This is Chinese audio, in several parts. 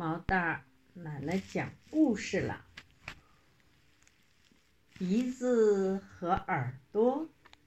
毛蛋奶奶讲故事了。鼻子和耳朵。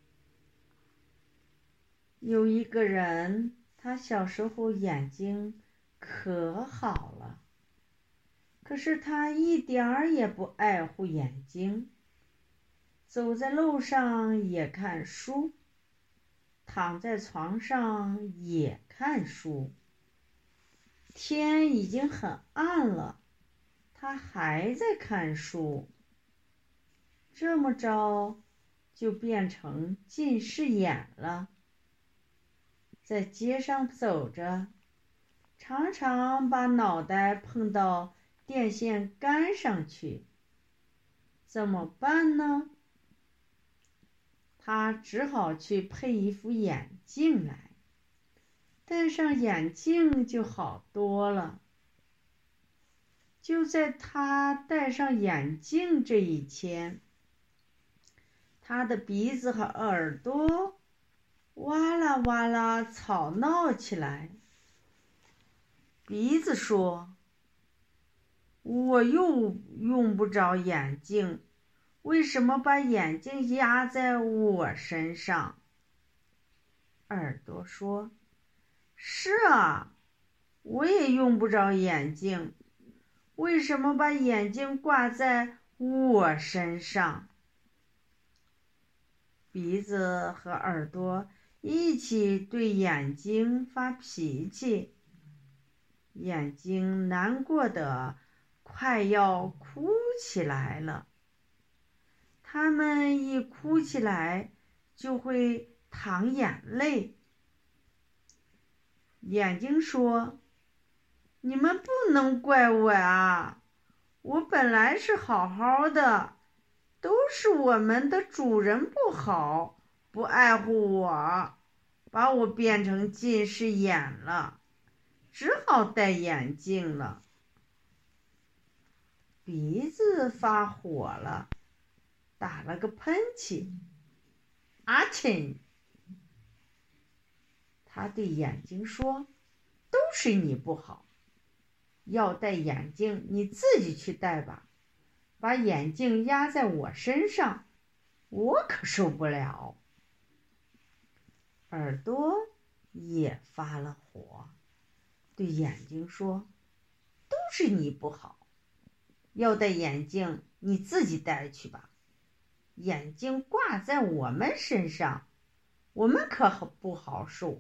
有一个人，他小时候眼睛可好了，可是他一点儿也不爱护眼睛，走在路上也看书，躺在床上也看书。天已经很暗了，他还在看书。这么着就变成近视眼了。在街上走着，常常把脑袋碰到电线杆上去，怎么办呢？他只好去配一副眼镜来，戴上眼镜就好多了。就在他戴上眼镜这一天，他的鼻子和耳朵哇啦哇啦吵闹起来。鼻子说：“我又用不着眼镜，为什么把眼镜压在我身上？”耳朵说：“是啊，我也用不着眼镜，为什么把眼镜挂在我身上？”鼻子和耳朵一起对眼睛发脾气，眼睛难过得快要哭起来了。他们一哭起来就会淌眼泪。眼睛说：“你们不能怪我啊，我本来是好好的，都是我们的主人不好，不爱护我，把我变成近视眼了，只好戴眼镜了。”鼻子发火了，打了个喷嚏，阿嚏！他对眼睛说：“都是你不好，要戴眼镜你自己去戴吧，把眼镜压在我身上，我可受不了。”耳朵也发了火，对眼睛说：“都是你不好，要戴眼镜你自己戴去吧，眼镜挂在我们身上，我们可不好受。”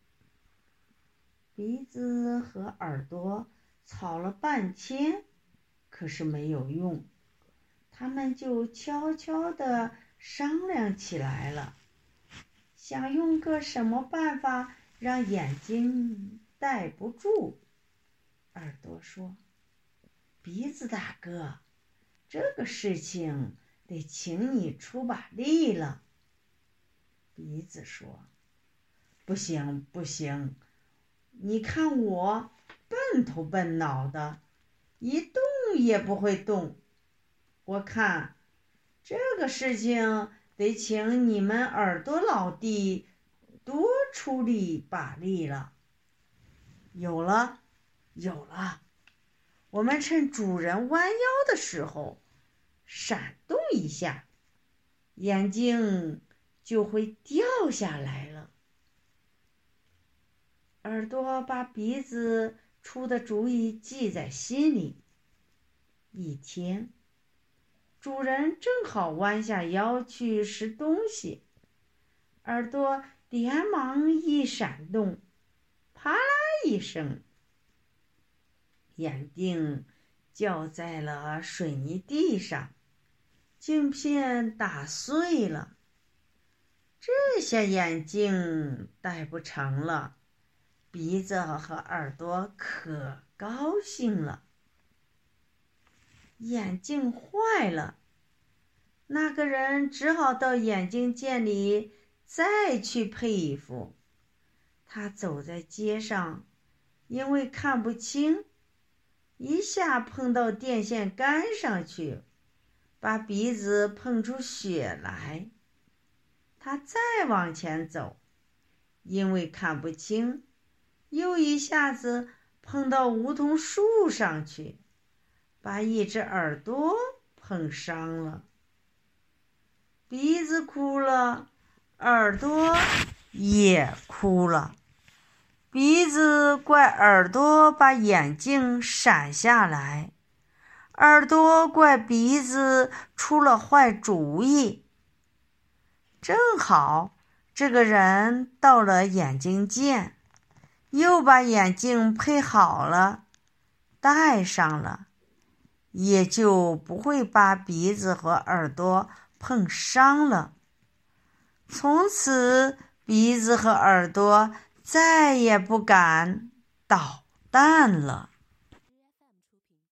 鼻子和耳朵吵了半天，可是没有用，他们就悄悄地商量起来了，想用个什么办法让眼睛戴不住。耳朵说：“鼻子大哥，这个事情得请你出把力了。”鼻子说：“不行不行，你看我笨头笨脑的，一动也不会动。我看这个事情得请你们耳朵老弟多出把力了。”有了，我们趁主人弯腰的时候闪动一下，眼睛就会掉下来了。耳朵把鼻子出的主意记在心里。一天，主人正好弯下腰去拾东西，耳朵连忙一闪动，啪啦一声，眼镜掉在了水泥地上，镜片打碎了。这下眼镜戴不成了，鼻子和耳朵可高兴了。眼镜坏了，那个人只好到眼镜店里再去配一副。他走在街上，因为看不清，一下碰到电线杆上去，把鼻子碰出血来。他再往前走，因为看不清，又一下子碰到梧桐树上去，把一只耳朵碰伤了。鼻子哭了，耳朵也哭了。鼻子怪耳朵把眼镜闪下来，耳朵怪鼻子出了坏主意。正好这个人到了眼镜店，又把眼镜配好了，戴上了，也就不会把鼻子和耳朵碰伤了。从此鼻子和耳朵再也不敢捣蛋了。